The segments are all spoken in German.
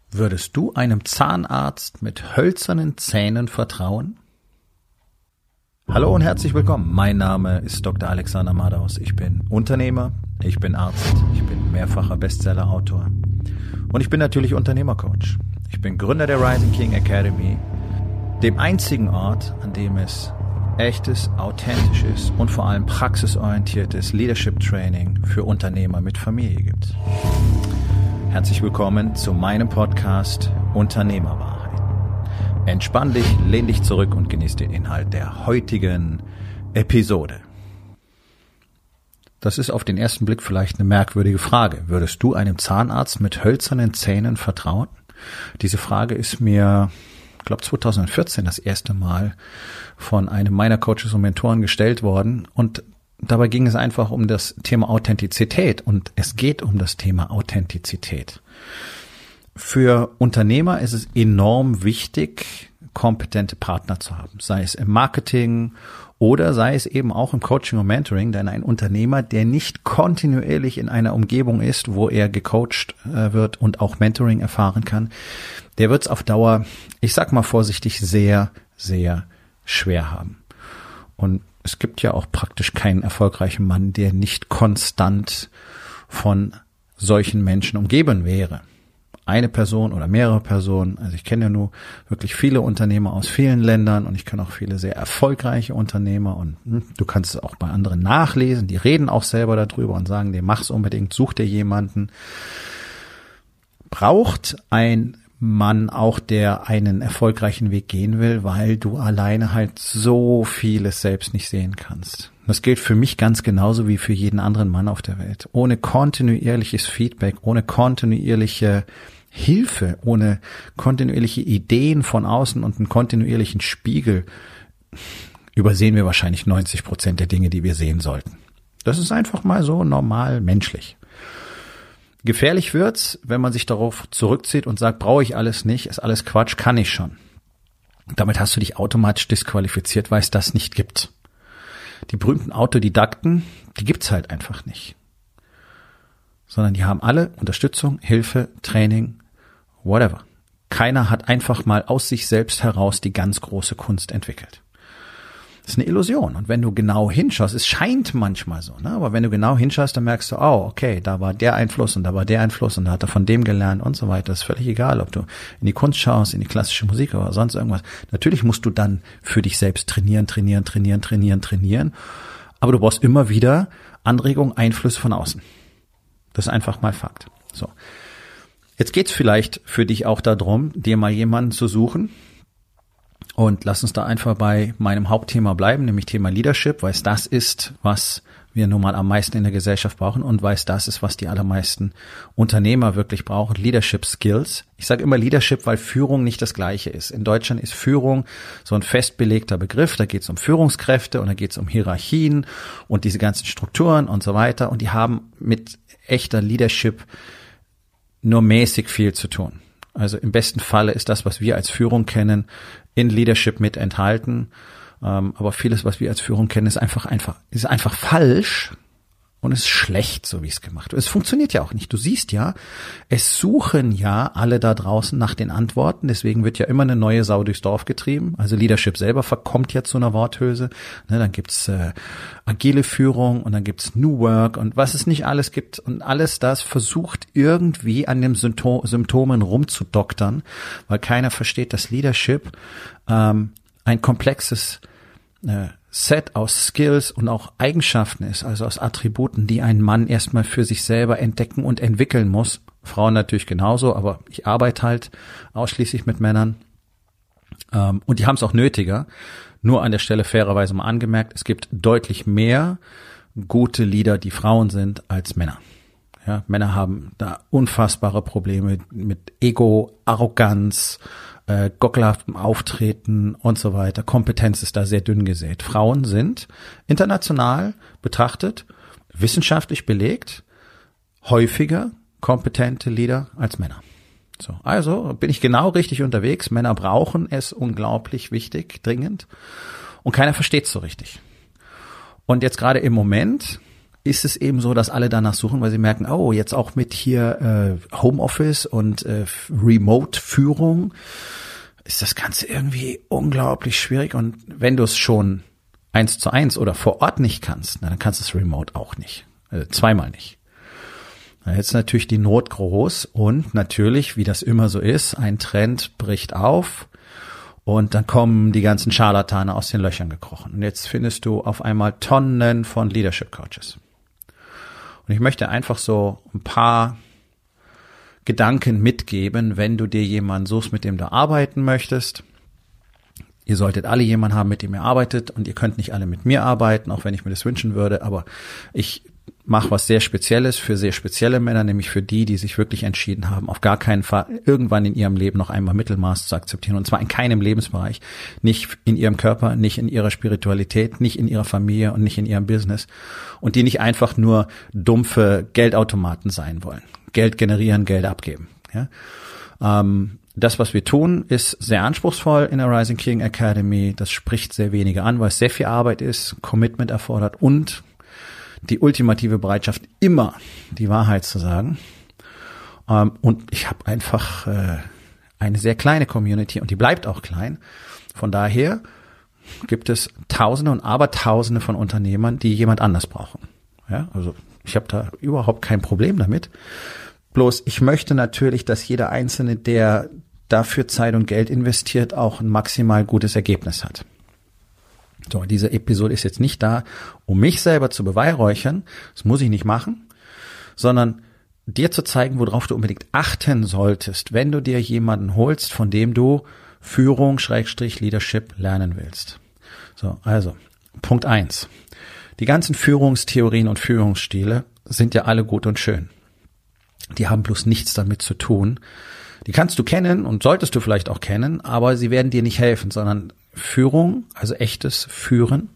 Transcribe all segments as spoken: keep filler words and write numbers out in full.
Würdest du einem Zahnarzt mit hölzernen Zähnen vertrauen? Hallo und herzlich willkommen. Mein Name ist Doktor Alexander Madaus. Ich bin Unternehmer, ich bin Arzt, ich bin mehrfacher Bestsellerautor und ich bin natürlich Unternehmercoach. Ich bin Gründer der Rising King Academy, dem einzigen Ort, an dem es echtes, authentisches und vor allem praxisorientiertes Leadership Training für Unternehmer mit Familie gibt. Herzlich willkommen zu meinem Podcast Unternehmerwahrheit. Entspann dich, lehn dich zurück und genieß den Inhalt der heutigen Episode. Das ist auf den ersten Blick vielleicht eine merkwürdige Frage. Würdest du einem Zahnarzt mit hölzernen Zähnen vertrauen? Diese Frage ist mir, ich glaube zwanzig vierzehn das erste Mal von einem meiner Coaches und Mentoren gestellt worden und dabei ging es einfach um das Thema Authentizität und es geht um das Thema Authentizität. Für Unternehmer ist es enorm wichtig, kompetente Partner zu haben, sei es im Marketing oder sei es eben auch im Coaching und Mentoring, denn ein Unternehmer, der nicht kontinuierlich in einer Umgebung ist, wo er gecoacht wird und auch Mentoring erfahren kann, der wird es auf Dauer, ich sag mal vorsichtig, sehr, sehr schwer haben. Und es gibt ja auch praktisch keinen erfolgreichen Mann, der nicht konstant von solchen Menschen umgeben wäre. Eine Person oder mehrere Personen, also ich kenne ja nur wirklich viele Unternehmer aus vielen Ländern und ich kenne auch viele sehr erfolgreiche Unternehmer und hm, du kannst es auch bei anderen nachlesen, die reden auch selber darüber und sagen, dir mach's unbedingt, such dir jemanden. Braucht ein Mann auch, der einen erfolgreichen Weg gehen will, weil du alleine halt so vieles selbst nicht sehen kannst. Das gilt für mich ganz genauso wie für jeden anderen Mann auf der Welt. Ohne kontinuierliches Feedback, ohne kontinuierliche Hilfe, ohne kontinuierliche Ideen von außen und einen kontinuierlichen Spiegel übersehen wir wahrscheinlich neunzig Prozent der Dinge, die wir sehen sollten. Das ist einfach mal so normal menschlich. Gefährlich wird's, wenn man sich darauf zurückzieht und sagt, brauche ich alles nicht, ist alles Quatsch, kann ich schon. Damit hast du dich automatisch disqualifiziert, weil es das nicht gibt. Die berühmten Autodidakten, die gibt's halt einfach nicht. Sondern die haben alle Unterstützung, Hilfe, Training, whatever. Keiner hat einfach mal aus sich selbst heraus die ganz große Kunst entwickelt. Das ist eine Illusion. Und wenn du genau hinschaust, es scheint manchmal so, ne? Aber wenn du genau hinschaust, dann merkst du, oh, okay, da war der Einfluss und da war der Einfluss und da hat er von dem gelernt und so weiter. Das ist völlig egal, ob du in die Kunst schaust, in die klassische Musik oder sonst irgendwas. Natürlich musst du dann für dich selbst trainieren, trainieren, trainieren, trainieren, trainieren. Aber du brauchst immer wieder Anregungen, Einflüsse von außen. Das ist einfach mal Fakt. So. Jetzt geht's vielleicht für dich auch darum, dir mal jemanden zu suchen. Und lass uns da einfach bei meinem Hauptthema bleiben, nämlich Thema Leadership, weil es das ist, was wir nun mal am meisten in der Gesellschaft brauchen und weil es das ist, was die allermeisten Unternehmer wirklich brauchen, Leadership Skills. Ich sage immer Leadership, weil Führung nicht das Gleiche ist. In Deutschland ist Führung so ein festbelegter Begriff, da geht es um Führungskräfte und da geht es um Hierarchien und diese ganzen Strukturen und so weiter und die haben mit echter Leadership nur mäßig viel zu tun. Also im besten Falle ist das, was wir als Führung kennen, in Leadership mit enthalten. Ähm, aber vieles, was wir als Führung kennen, ist einfach, einfach, ist einfach falsch und ist schlecht, so wie es gemacht wird. Es funktioniert ja auch nicht. Du siehst ja, es suchen ja alle da draußen nach den Antworten. Deswegen wird ja immer eine neue Sau durchs Dorf getrieben. Also Leadership selber verkommt ja zu einer Worthülse. Ne, dann gibt's äh, agile Führung und dann gibt's New Work und was es nicht alles gibt. Und alles das versucht irgendwie an den Symptom- Symptomen rumzudoktern, weil keiner versteht, dass Leadership ähm, ein komplexes äh, Set aus Skills und auch Eigenschaften ist, also aus Attributen, die ein Mann erstmal für sich selber entdecken und entwickeln muss. Frauen natürlich genauso, aber ich arbeite halt ausschließlich mit Männern. Ähm, und die haben es auch nötiger. Nur an der Stelle fairerweise mal angemerkt, es gibt deutlich mehr gute Leader, die Frauen sind, als Männer. Ja, Männer haben da unfassbare Probleme mit Ego, Arroganz, äh, gockelhaftem Auftreten und so weiter. Kompetenz ist da sehr dünn gesät. Frauen sind international betrachtet, wissenschaftlich belegt, häufiger kompetente Leader als Männer. So, also bin ich genau richtig unterwegs. Männer brauchen es unglaublich wichtig, dringend. Und keiner versteht es so richtig. Und jetzt gerade im Moment ist es eben so, dass alle danach suchen, weil sie merken, oh, jetzt auch mit hier äh, Homeoffice und äh, Remote-Führung ist das Ganze irgendwie unglaublich schwierig. Und wenn du es schon eins zu eins oder vor Ort nicht kannst, na, dann kannst du es remote auch nicht. Also zweimal nicht. Na, jetzt ist natürlich die Not groß und natürlich, wie das immer so ist, ein Trend bricht auf. Und dann kommen die ganzen Scharlatane aus den Löchern gekrochen. Und jetzt findest du auf einmal Tonnen von Leadership Coaches. Und ich möchte einfach so ein paar Gedanken mitgeben, wenn du dir jemanden suchst, mit dem du arbeiten möchtest. Ihr solltet alle jemanden haben, mit dem ihr arbeitet. Und ihr könnt nicht alle mit mir arbeiten, auch wenn ich mir das wünschen würde. Aber ich mache was sehr Spezielles für sehr spezielle Männer, nämlich für die, die sich wirklich entschieden haben, auf gar keinen Fall irgendwann in ihrem Leben noch einmal Mittelmaß zu akzeptieren. Und zwar in keinem Lebensbereich. Nicht in ihrem Körper, nicht in ihrer Spiritualität, nicht in ihrer Familie und nicht in ihrem Business. Und die nicht einfach nur dumpfe Geldautomaten sein wollen. Geld generieren, Geld abgeben. Ja? Ähm, das, was wir tun, ist sehr anspruchsvoll in der Rising King Academy. Das spricht sehr wenige an, weil es sehr viel Arbeit ist, Commitment erfordert und die ultimative Bereitschaft, immer die Wahrheit zu sagen. Ähm, und ich habe einfach äh, eine sehr kleine Community und die bleibt auch klein. Von daher gibt es Tausende und Abertausende von Unternehmern, die jemand anders brauchen. Ja, also ich habe da überhaupt kein Problem damit. Bloß ich möchte natürlich, dass jeder Einzelne, der dafür Zeit und Geld investiert, auch ein maximal gutes Ergebnis hat. So, diese Episode ist jetzt nicht da, um mich selber zu beweihräuchern, das muss ich nicht machen, sondern dir zu zeigen, worauf du unbedingt achten solltest, wenn du dir jemanden holst, von dem du Führung, Schrägstrich, Leadership lernen willst. So, also, Punkt eins. Die ganzen Führungstheorien und Führungsstile sind ja alle gut und schön. Die haben bloß nichts damit zu tun. Die kannst du kennen und solltest du vielleicht auch kennen, aber sie werden dir nicht helfen, sondern Führung, also echtes Führen,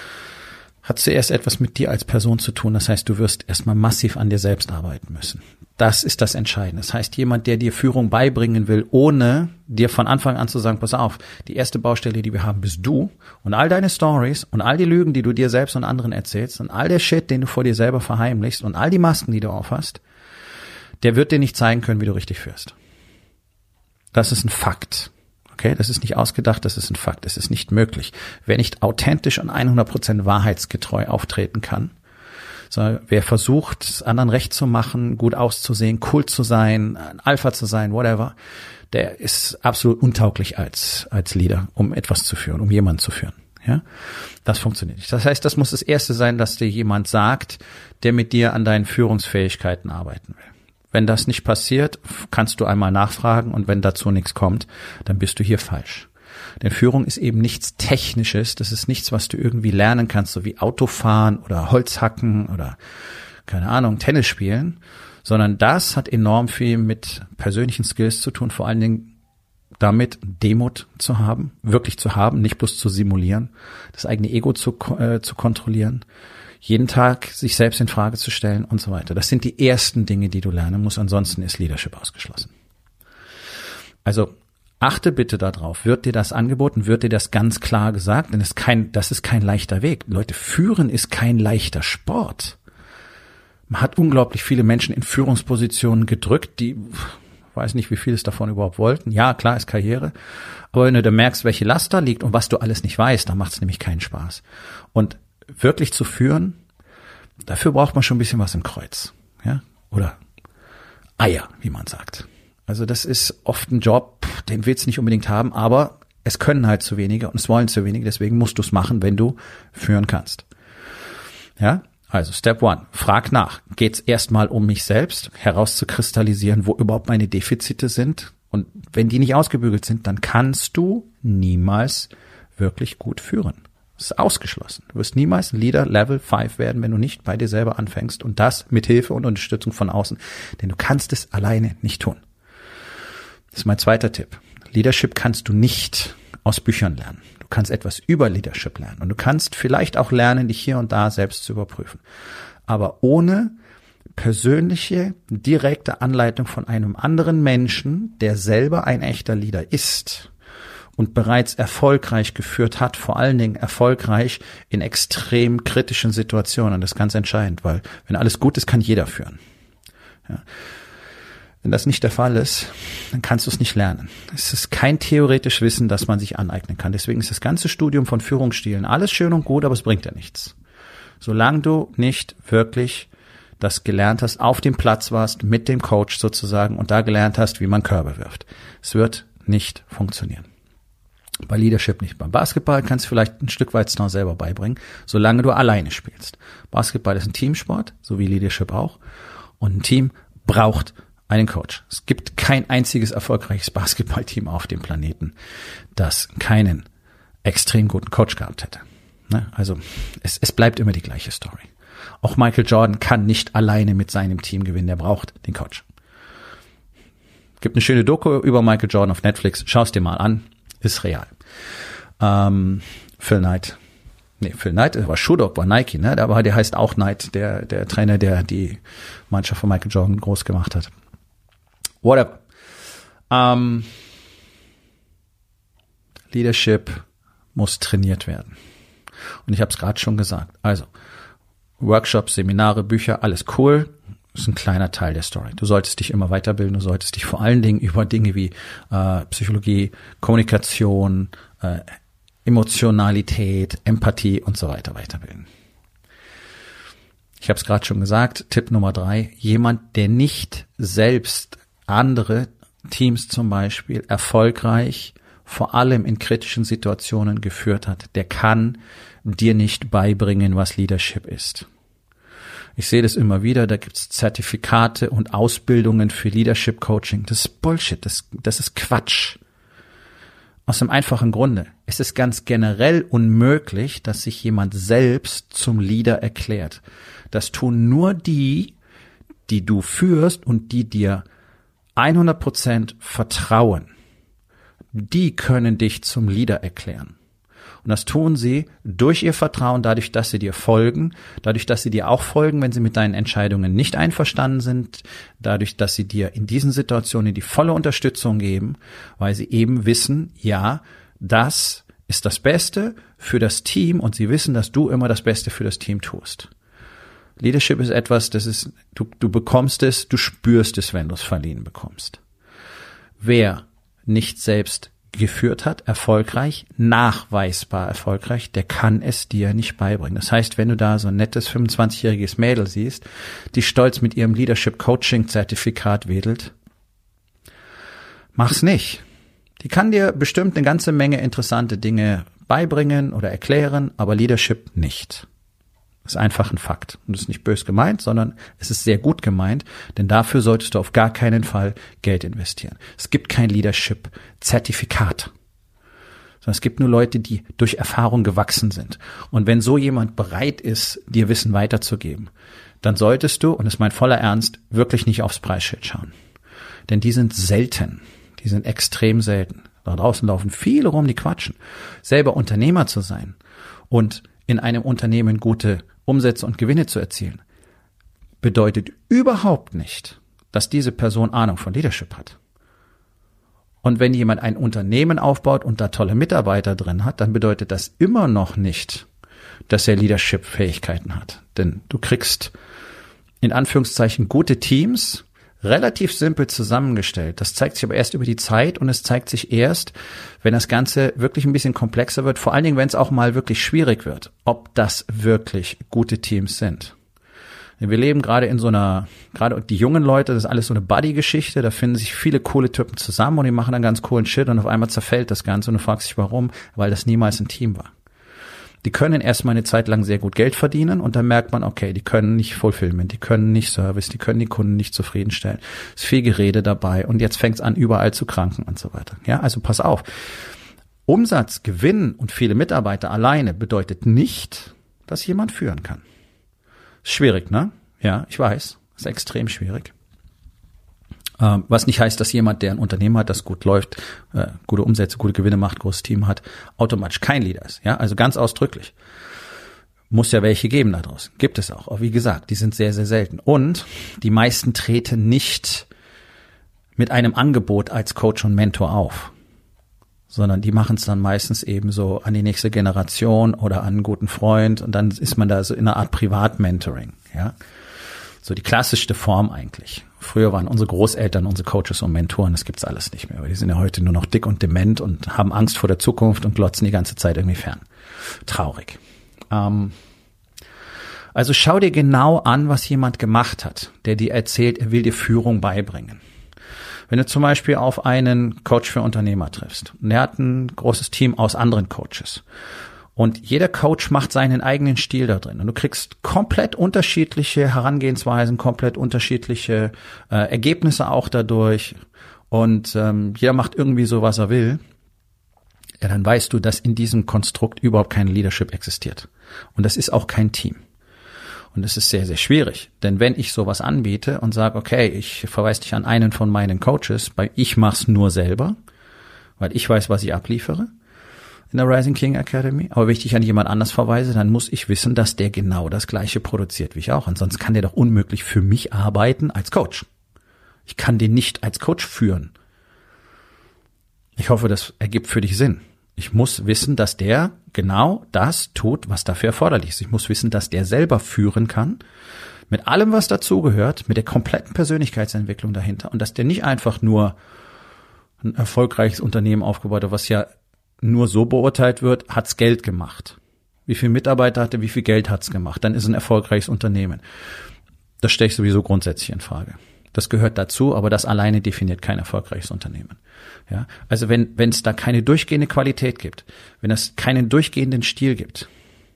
hat zuerst etwas mit dir als Person zu tun. Das heißt, du wirst erstmal massiv an dir selbst arbeiten müssen. Das ist das Entscheidende. Das heißt, jemand, der dir Führung beibringen will, ohne dir von Anfang an zu sagen, pass auf, die erste Baustelle, die wir haben, bist du und all deine Stories und all die Lügen, die du dir selbst und anderen erzählst und all der Shit, den du vor dir selber verheimlichst und all die Masken, die du aufhast, der wird dir nicht zeigen können, wie du richtig führst. Das ist ein Fakt. Okay, das ist nicht ausgedacht, das ist ein Fakt. Es ist nicht möglich. Wer nicht authentisch und hundert Prozent wahrheitsgetreu auftreten kann, sondern wer versucht, es anderen recht zu machen, gut auszusehen, cool zu sein, ein Alpha zu sein, whatever, der ist absolut untauglich als als Leader, um etwas zu führen, um jemanden zu führen. Ja, das funktioniert nicht. Das heißt, das muss das Erste sein, dass dir jemand sagt, der mit dir an deinen Führungsfähigkeiten arbeiten will. Wenn das nicht passiert, kannst du einmal nachfragen und wenn dazu nichts kommt, dann bist du hier falsch. Denn Führung ist eben nichts Technisches, das ist nichts, was du irgendwie lernen kannst, so wie Autofahren oder Holzhacken oder, keine Ahnung, Tennis spielen, sondern das hat enorm viel mit persönlichen Skills zu tun, vor allen Dingen damit Demut zu haben, wirklich zu haben, nicht bloß zu simulieren, das eigene Ego zu, äh, zu kontrollieren, jeden Tag sich selbst in Frage zu stellen und so weiter. Das sind die ersten Dinge, die du lernen musst, ansonsten ist Leadership ausgeschlossen. Also achte bitte darauf, wird dir das angeboten, wird dir das ganz klar gesagt, denn es ist kein, das ist kein leichter Weg. Leute, führen ist kein leichter Sport. Man hat unglaublich viele Menschen in Führungspositionen gedrückt, die, weiß nicht, wie viel es davon überhaupt wollten. Ja, klar ist Karriere, aber wenn du da merkst, welche Last da liegt und was du alles nicht weißt, dann macht es nämlich keinen Spaß. Und wirklich zu führen, dafür braucht man schon ein bisschen was im Kreuz, ja, oder Eier, wie man sagt. Also das ist oft ein Job, den willst du nicht unbedingt haben, aber es können halt zu wenige und es wollen zu wenige, deswegen musst du es machen, wenn du führen kannst. Ja, also Step One, frag nach. Geht's erstmal um mich selbst, herauszukristallisieren, wo überhaupt meine Defizite sind und wenn die nicht ausgebügelt sind, dann kannst du niemals wirklich gut führen. Das ist ausgeschlossen. Du wirst niemals Leader Level fünf werden, wenn du nicht bei dir selber anfängst und das mit Hilfe und Unterstützung von außen, denn du kannst es alleine nicht tun. Das ist mein zweiter Tipp. Leadership kannst du nicht aus Büchern lernen. Du kannst etwas über Leadership lernen und du kannst vielleicht auch lernen, dich hier und da selbst zu überprüfen. Aber ohne persönliche, direkte Anleitung von einem anderen Menschen, der selber ein echter Leader ist und bereits erfolgreich geführt hat, vor allen Dingen erfolgreich in extrem kritischen Situationen. Das ist ganz entscheidend, weil wenn alles gut ist, kann jeder führen. Ja. Wenn das nicht der Fall ist, dann kannst du es nicht lernen. Es ist kein theoretisches Wissen, das man sich aneignen kann. Deswegen ist das ganze Studium von Führungsstilen alles schön und gut, aber es bringt ja nichts. Solange du nicht wirklich das gelernt hast, auf dem Platz warst, mit dem Coach sozusagen und da gelernt hast, wie man Körbe wirft. Es wird nicht funktionieren. Bei Leadership nicht. Beim Basketball kannst du vielleicht ein Stück weit noch selber beibringen, solange du alleine spielst. Basketball ist ein Teamsport, so wie Leadership auch. Und ein Team braucht einen Coach. Es gibt kein einziges erfolgreiches Basketballteam auf dem Planeten, das keinen extrem guten Coach gehabt hätte. Also es, es bleibt immer die gleiche Story. Auch Michael Jordan kann nicht alleine mit seinem Team gewinnen, der braucht den Coach. Gibt eine schöne Doku über Michael Jordan auf Netflix, schau es dir mal an, ist real. Ähm, Phil Knight, nee, Phil Knight war Shudok, war Nike, ne? Aber der heißt auch Knight, der, der Trainer, der die Mannschaft von Michael Jordan groß gemacht hat. Whatever. Ähm, Leadership muss trainiert werden. Und ich habe es gerade schon gesagt. Also Workshops, Seminare, Bücher, alles cool. Das ist ein kleiner Teil der Story. Du solltest dich immer weiterbilden. Du solltest dich vor allen Dingen über Dinge wie äh, Psychologie, Kommunikation, äh, Emotionalität, Empathie und so weiter weiterbilden. Ich habe es gerade schon gesagt. Tipp Nummer drei. Jemand, der nicht selbst andere Teams zum Beispiel erfolgreich, vor allem in kritischen Situationen geführt hat, der kann dir nicht beibringen, was Leadership ist. Ich sehe das immer wieder, da gibt's Zertifikate und Ausbildungen für Leadership Coaching. Das ist Bullshit, das, das ist Quatsch. Aus dem einfachen Grunde. Es ist ganz generell unmöglich, dass sich jemand selbst zum Leader erklärt. Das tun nur die, die du führst und die dir hundert Prozent vertrauen. Die können dich zum Leader erklären. Und das tun sie durch ihr Vertrauen, dadurch, dass sie dir folgen, dadurch, dass sie dir auch folgen, wenn sie mit deinen Entscheidungen nicht einverstanden sind, dadurch, dass sie dir in diesen Situationen die volle Unterstützung geben, weil sie eben wissen, ja, das ist das Beste für das Team und sie wissen, dass du immer das Beste für das Team tust. Leadership ist etwas, das ist, du, du bekommst es, du spürst es, wenn du es verliehen bekommst. Wer nicht selbst geführt hat, erfolgreich, nachweisbar erfolgreich, der kann es dir nicht beibringen. Das heißt, wenn du da so ein nettes fünfundzwanzigjähriges Mädel siehst, die stolz mit ihrem Leadership-Coaching-Zertifikat wedelt, mach's nicht. Die kann dir bestimmt eine ganze Menge interessante Dinge beibringen oder erklären, aber Leadership nicht. Das ist einfach ein Fakt. Und das ist nicht bös gemeint, sondern es ist sehr gut gemeint, denn dafür solltest du auf gar keinen Fall Geld investieren. Es gibt kein Leadership-Zertifikat, sondern es gibt nur Leute, die durch Erfahrung gewachsen sind. Und wenn so jemand bereit ist, dir Wissen weiterzugeben, dann solltest du, und das ist mein voller Ernst, wirklich nicht aufs Preisschild schauen. Denn die sind selten. Die sind extrem selten. Da draußen laufen viele rum, die quatschen. Selber Unternehmer zu sein und in einem Unternehmen gute Umsätze und Gewinne zu erzielen, bedeutet überhaupt nicht, dass diese Person Ahnung von Leadership hat. Und wenn jemand ein Unternehmen aufbaut und da tolle Mitarbeiter drin hat, dann bedeutet das immer noch nicht, dass er Leadership-Fähigkeiten hat. Denn du kriegst in Anführungszeichen gute Teams, relativ simpel zusammengestellt. Das zeigt sich aber erst über die Zeit und es zeigt sich erst, wenn das Ganze wirklich ein bisschen komplexer wird, vor allen Dingen, wenn es auch mal wirklich schwierig wird, ob das wirklich gute Teams sind. Wir leben gerade in so einer, gerade die jungen Leute, das ist alles so eine Buddy-Geschichte, da finden sich viele coole Typen zusammen und die machen dann ganz coolen Shit und auf einmal zerfällt das Ganze und du fragst dich warum, weil das niemals ein Team war. Die können erstmal eine Zeit lang sehr gut Geld verdienen und dann merkt man, okay, die können nicht Fulfillment, die können nicht Service, die können die Kunden nicht zufriedenstellen. Es ist viel Gerede dabei und jetzt fängt es an, überall zu kranken und so weiter. Ja, also pass auf. Umsatz, Gewinn und viele Mitarbeiter alleine bedeutet nicht, dass jemand führen kann. Schwierig, ne? Ja, ich weiß. Ist extrem schwierig. Ähm, was nicht heißt, dass jemand, der ein Unternehmen hat, das gut läuft, äh, gute Umsätze, gute Gewinne macht, großes Team hat, automatisch kein Leader ist. Ja, also ganz ausdrücklich. Muss ja welche geben da draußen. Gibt es auch. Aber wie gesagt, die sind sehr, sehr selten. Und die meisten treten nicht mit einem Angebot als Coach und Mentor auf, sondern die machen es dann meistens eben so an die nächste Generation oder an einen guten Freund und dann ist man da so in einer Art Privat-Mentoring, ja. So die klassischste Form eigentlich. Früher waren unsere Großeltern unsere Coaches und Mentoren, das gibt's alles nicht mehr, weil die sind ja heute nur noch dick und dement und haben Angst vor der Zukunft und glotzen die ganze Zeit irgendwie fern. Traurig. Ähm, also schau dir genau an, was jemand gemacht hat, der dir erzählt, er will dir Führung beibringen. Wenn du zum Beispiel auf einen Coach für Unternehmer triffst und er hat ein großes Team aus anderen Coaches und jeder Coach macht seinen eigenen Stil da drin und du kriegst komplett unterschiedliche Herangehensweisen, komplett unterschiedliche äh, Ergebnisse auch dadurch und ähm, jeder macht irgendwie so, was er will, ja, dann weißt du, dass in diesem Konstrukt überhaupt kein Leadership existiert und das ist auch kein Team. Und das ist sehr, sehr schwierig. Denn wenn ich sowas anbiete und sage, okay, ich verweise dich an einen von meinen Coaches, weil ich mach's nur selber, weil ich weiß, was ich abliefere in der Rising King Academy. Aber wenn ich dich an jemand anders verweise, dann muss ich wissen, dass der genau das Gleiche produziert wie ich auch. Ansonsten kann der doch unmöglich für mich arbeiten als Coach. Ich kann den nicht als Coach führen. Ich hoffe, das ergibt für dich Sinn. Ich muss wissen, dass der genau das tut, was dafür erforderlich ist. Ich muss wissen, dass der selber führen kann, mit allem, was dazugehört, mit der kompletten Persönlichkeitsentwicklung dahinter und dass der nicht einfach nur ein erfolgreiches Unternehmen aufgebaut hat, was ja nur so beurteilt wird, hat's Geld gemacht. Wie viel Mitarbeiter hatte, wie viel Geld hat's gemacht, dann ist ein erfolgreiches Unternehmen. Das stelle ich sowieso grundsätzlich in Frage. Das gehört dazu, aber das alleine definiert kein erfolgreiches Unternehmen. Ja, also wenn wenn es da keine durchgehende Qualität gibt, wenn es keinen durchgehenden Stil gibt,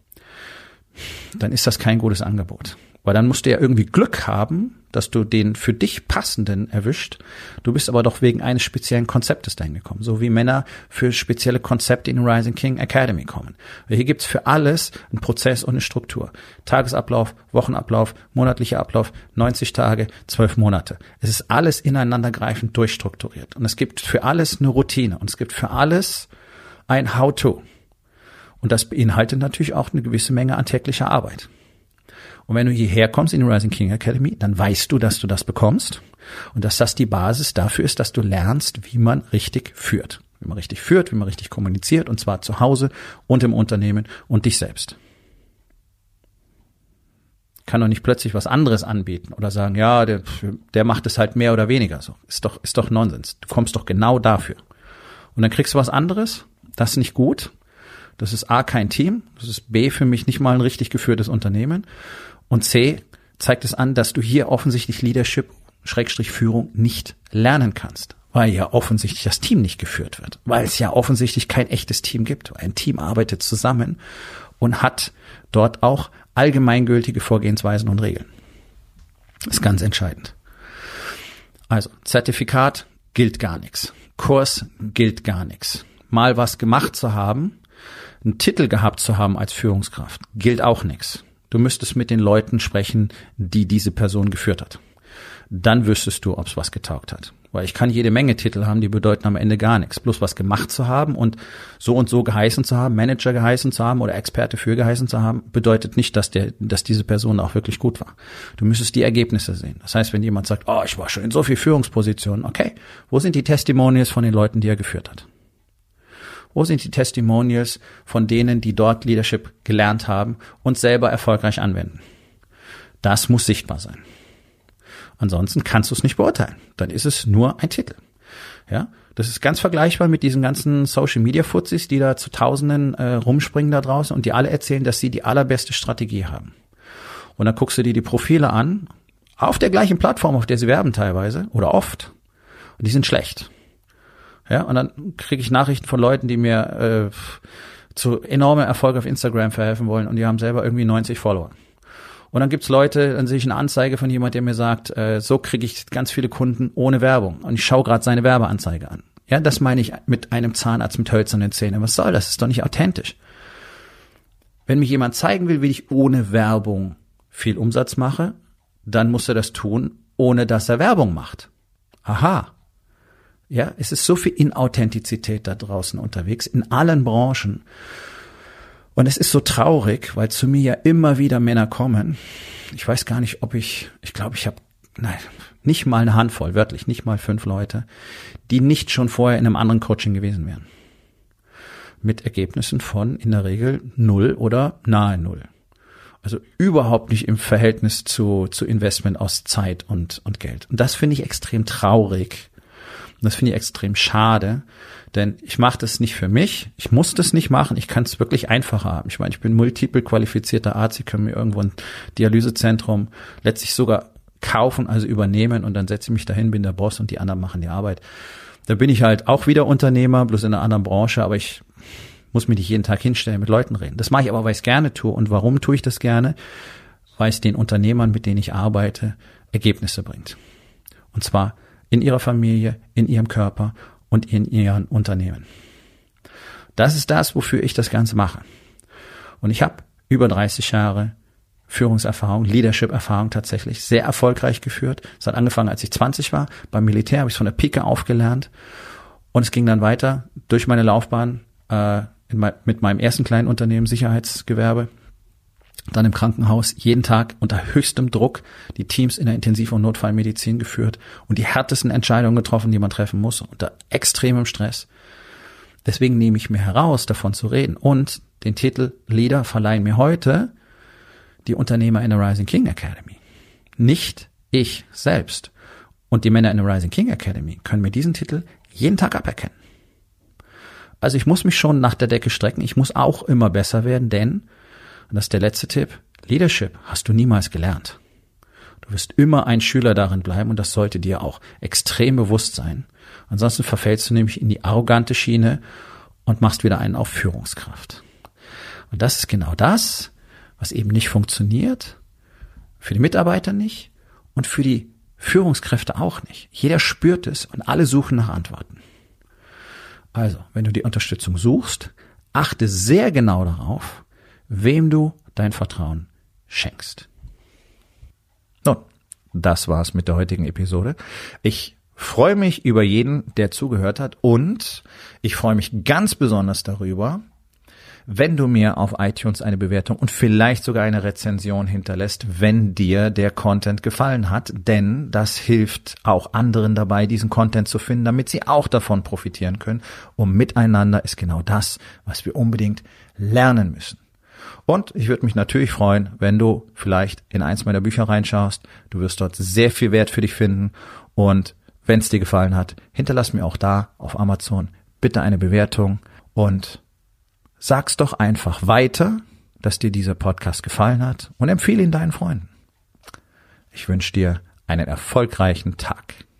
dann ist das kein gutes Angebot. Weil dann musst du ja irgendwie Glück haben, dass du den für dich passenden erwischt. Du bist aber doch wegen eines speziellen Konzeptes dahin gekommen. So wie Männer für spezielle Konzepte in Rising King Academy kommen. Weil hier gibt's für alles einen Prozess und eine Struktur. Tagesablauf, Wochenablauf, monatlicher Ablauf, neunzig Tage, zwölf Monate. Es ist alles ineinandergreifend durchstrukturiert. Und es gibt für alles eine Routine. Und es gibt für alles ein How-to. Und das beinhaltet natürlich auch eine gewisse Menge an täglicher Arbeit. Und wenn du hierher kommst in die Rising King Academy, dann weißt du, dass du das bekommst und dass das die Basis dafür ist, dass du lernst, wie man richtig führt. Wie man richtig führt, wie man richtig kommuniziert und zwar zu Hause und im Unternehmen und dich selbst. Kann doch nicht plötzlich was anderes anbieten oder sagen, ja, der, der macht es halt mehr oder weniger so. Ist doch, ist doch Nonsens. Du kommst doch genau dafür. Und dann kriegst du was anderes, das ist nicht gut. Das ist A, kein Team. Das ist B, für mich nicht mal ein richtig geführtes Unternehmen. Und C, zeigt es an, dass du hier offensichtlich Leadership, Schrägstrich Führung nicht lernen kannst. Weil ja offensichtlich das Team nicht geführt wird. Weil es ja offensichtlich kein echtes Team gibt. Ein Team arbeitet zusammen und hat dort auch allgemeingültige Vorgehensweisen und Regeln. Das ist ganz entscheidend. Also, Zertifikat gilt gar nichts. Kurs gilt gar nichts. Mal was gemacht zu haben, einen Titel gehabt zu haben als Führungskraft, gilt auch nichts. Du müsstest mit den Leuten sprechen, die diese Person geführt hat. Dann wüsstest du, ob es was getaugt hat. Weil ich kann jede Menge Titel haben, die bedeuten am Ende gar nichts. Bloß was gemacht zu haben und so und so geheißen zu haben, Manager geheißen zu haben oder Experte für geheißen zu haben, bedeutet nicht, dass der, dass diese Person auch wirklich gut war. Du müsstest die Ergebnisse sehen. Das heißt, wenn jemand sagt, oh, ich war schon in so vielen Führungspositionen, okay, wo sind die Testimonials von den Leuten, die er geführt hat? Wo sind die Testimonials von denen, die dort Leadership gelernt haben und selber erfolgreich anwenden? Das muss sichtbar sein. Ansonsten kannst du es nicht beurteilen. Dann ist es nur ein Titel. Ja, das ist ganz vergleichbar mit diesen ganzen Social-Media-Fuzis, die da zu Tausenden äh, rumspringen da draußen und die alle erzählen, dass sie die allerbeste Strategie haben. Und dann guckst du dir die Profile an, auf der gleichen Plattform, auf der sie werben teilweise oder oft, und die sind schlecht. Ja, und dann kriege ich Nachrichten von Leuten, die mir äh, zu enormem Erfolg auf Instagram verhelfen wollen und die haben selber irgendwie neunzig Follower. Und dann gibt's Leute, dann sehe ich eine Anzeige von jemand, der mir sagt, äh, so kriege ich ganz viele Kunden ohne Werbung. Und ich schaue gerade seine Werbeanzeige an. Ja, das meine ich mit einem Zahnarzt mit hölzernen Zähnen. Was soll das? Das ist doch nicht authentisch. Wenn mir jemand zeigen will, wie ich ohne Werbung viel Umsatz mache, dann muss er das tun, ohne dass er Werbung macht. Aha. Ja, es ist so viel Inauthentizität da draußen unterwegs, in allen Branchen. Und es ist so traurig, weil zu mir ja immer wieder Männer kommen. Ich weiß gar nicht, ob ich, ich glaube, ich habe, nein, nicht mal eine Handvoll, wörtlich, nicht mal fünf Leute, die nicht schon vorher in einem anderen Coaching gewesen wären. mit Ergebnissen von in der Regel null oder nahe null. Also überhaupt nicht im Verhältnis zu, zu Investment aus Zeit und, und Geld. Und das finde ich extrem traurig. Und das finde ich extrem schade, denn ich mache das nicht für mich. Ich muss das nicht machen. Ich kann es wirklich einfacher haben. Ich meine, ich bin multiple qualifizierter Arzt. Sie können mir irgendwo ein Dialysezentrum letztlich sogar kaufen, also übernehmen, und dann setze ich mich dahin, bin der Boss und die anderen machen die Arbeit. Da bin ich halt auch wieder Unternehmer, bloß in einer anderen Branche, aber ich muss mich nicht jeden Tag hinstellen, mit Leuten reden. Das mache ich aber, weil ich es gerne tue. Und warum tue ich das gerne? Weil es den Unternehmern, mit denen ich arbeite, Ergebnisse bringt. Und zwar in ihrer Familie, in ihrem Körper und in ihren Unternehmen. Das ist das, wofür ich das Ganze mache. Und ich habe über dreißig Jahre Führungserfahrung, Leadership-Erfahrung tatsächlich, sehr erfolgreich geführt. Es hat angefangen, als ich zwanzig war. Beim Militär habe ich es von der Pike aufgelernt. Und es ging dann weiter durch meine Laufbahn äh, in mein, mit meinem ersten kleinen Unternehmen, Sicherheitsgewerbe. Dann im Krankenhaus, jeden Tag unter höchstem Druck die Teams in der Intensiv- und Notfallmedizin geführt und die härtesten Entscheidungen getroffen, die man treffen muss, unter extremem Stress. Deswegen nehme ich mir heraus, davon zu reden. Und den Titel Leader verleihen mir heute die Unternehmer in der Rising King Academy. Nicht ich selbst. Und die Männer in der Rising King Academy können mir diesen Titel jeden Tag aberkennen. Also ich muss mich schon nach der Decke strecken. Ich muss auch immer besser werden, denn, und das ist der letzte Tipp, Leadership hast du niemals gelernt. Du wirst immer ein Schüler darin bleiben und das sollte dir auch extrem bewusst sein. Ansonsten verfällst du nämlich in die arrogante Schiene und machst wieder einen auf Führungskraft. Und das ist genau das, was eben nicht funktioniert, für die Mitarbeiter nicht und für die Führungskräfte auch nicht. Jeder spürt es und alle suchen nach Antworten. Also, wenn du die Unterstützung suchst, achte sehr genau darauf, wem du dein Vertrauen schenkst. Nun, das war's mit der heutigen Episode. Ich freue mich über jeden, der zugehört hat, und ich freue mich ganz besonders darüber, wenn du mir auf iTunes eine Bewertung und vielleicht sogar eine Rezension hinterlässt, wenn dir der Content gefallen hat, denn das hilft auch anderen dabei, diesen Content zu finden, damit sie auch davon profitieren können. Und miteinander ist genau das, was wir unbedingt lernen müssen. Und ich würde mich natürlich freuen, wenn du vielleicht in eins meiner Bücher reinschaust. Du wirst dort sehr viel Wert für dich finden. Und wenn es dir gefallen hat, hinterlass mir auch da auf Amazon bitte eine Bewertung und sag's doch einfach weiter, dass dir dieser Podcast gefallen hat, und empfehle ihn deinen Freunden. Ich wünsche dir einen erfolgreichen Tag.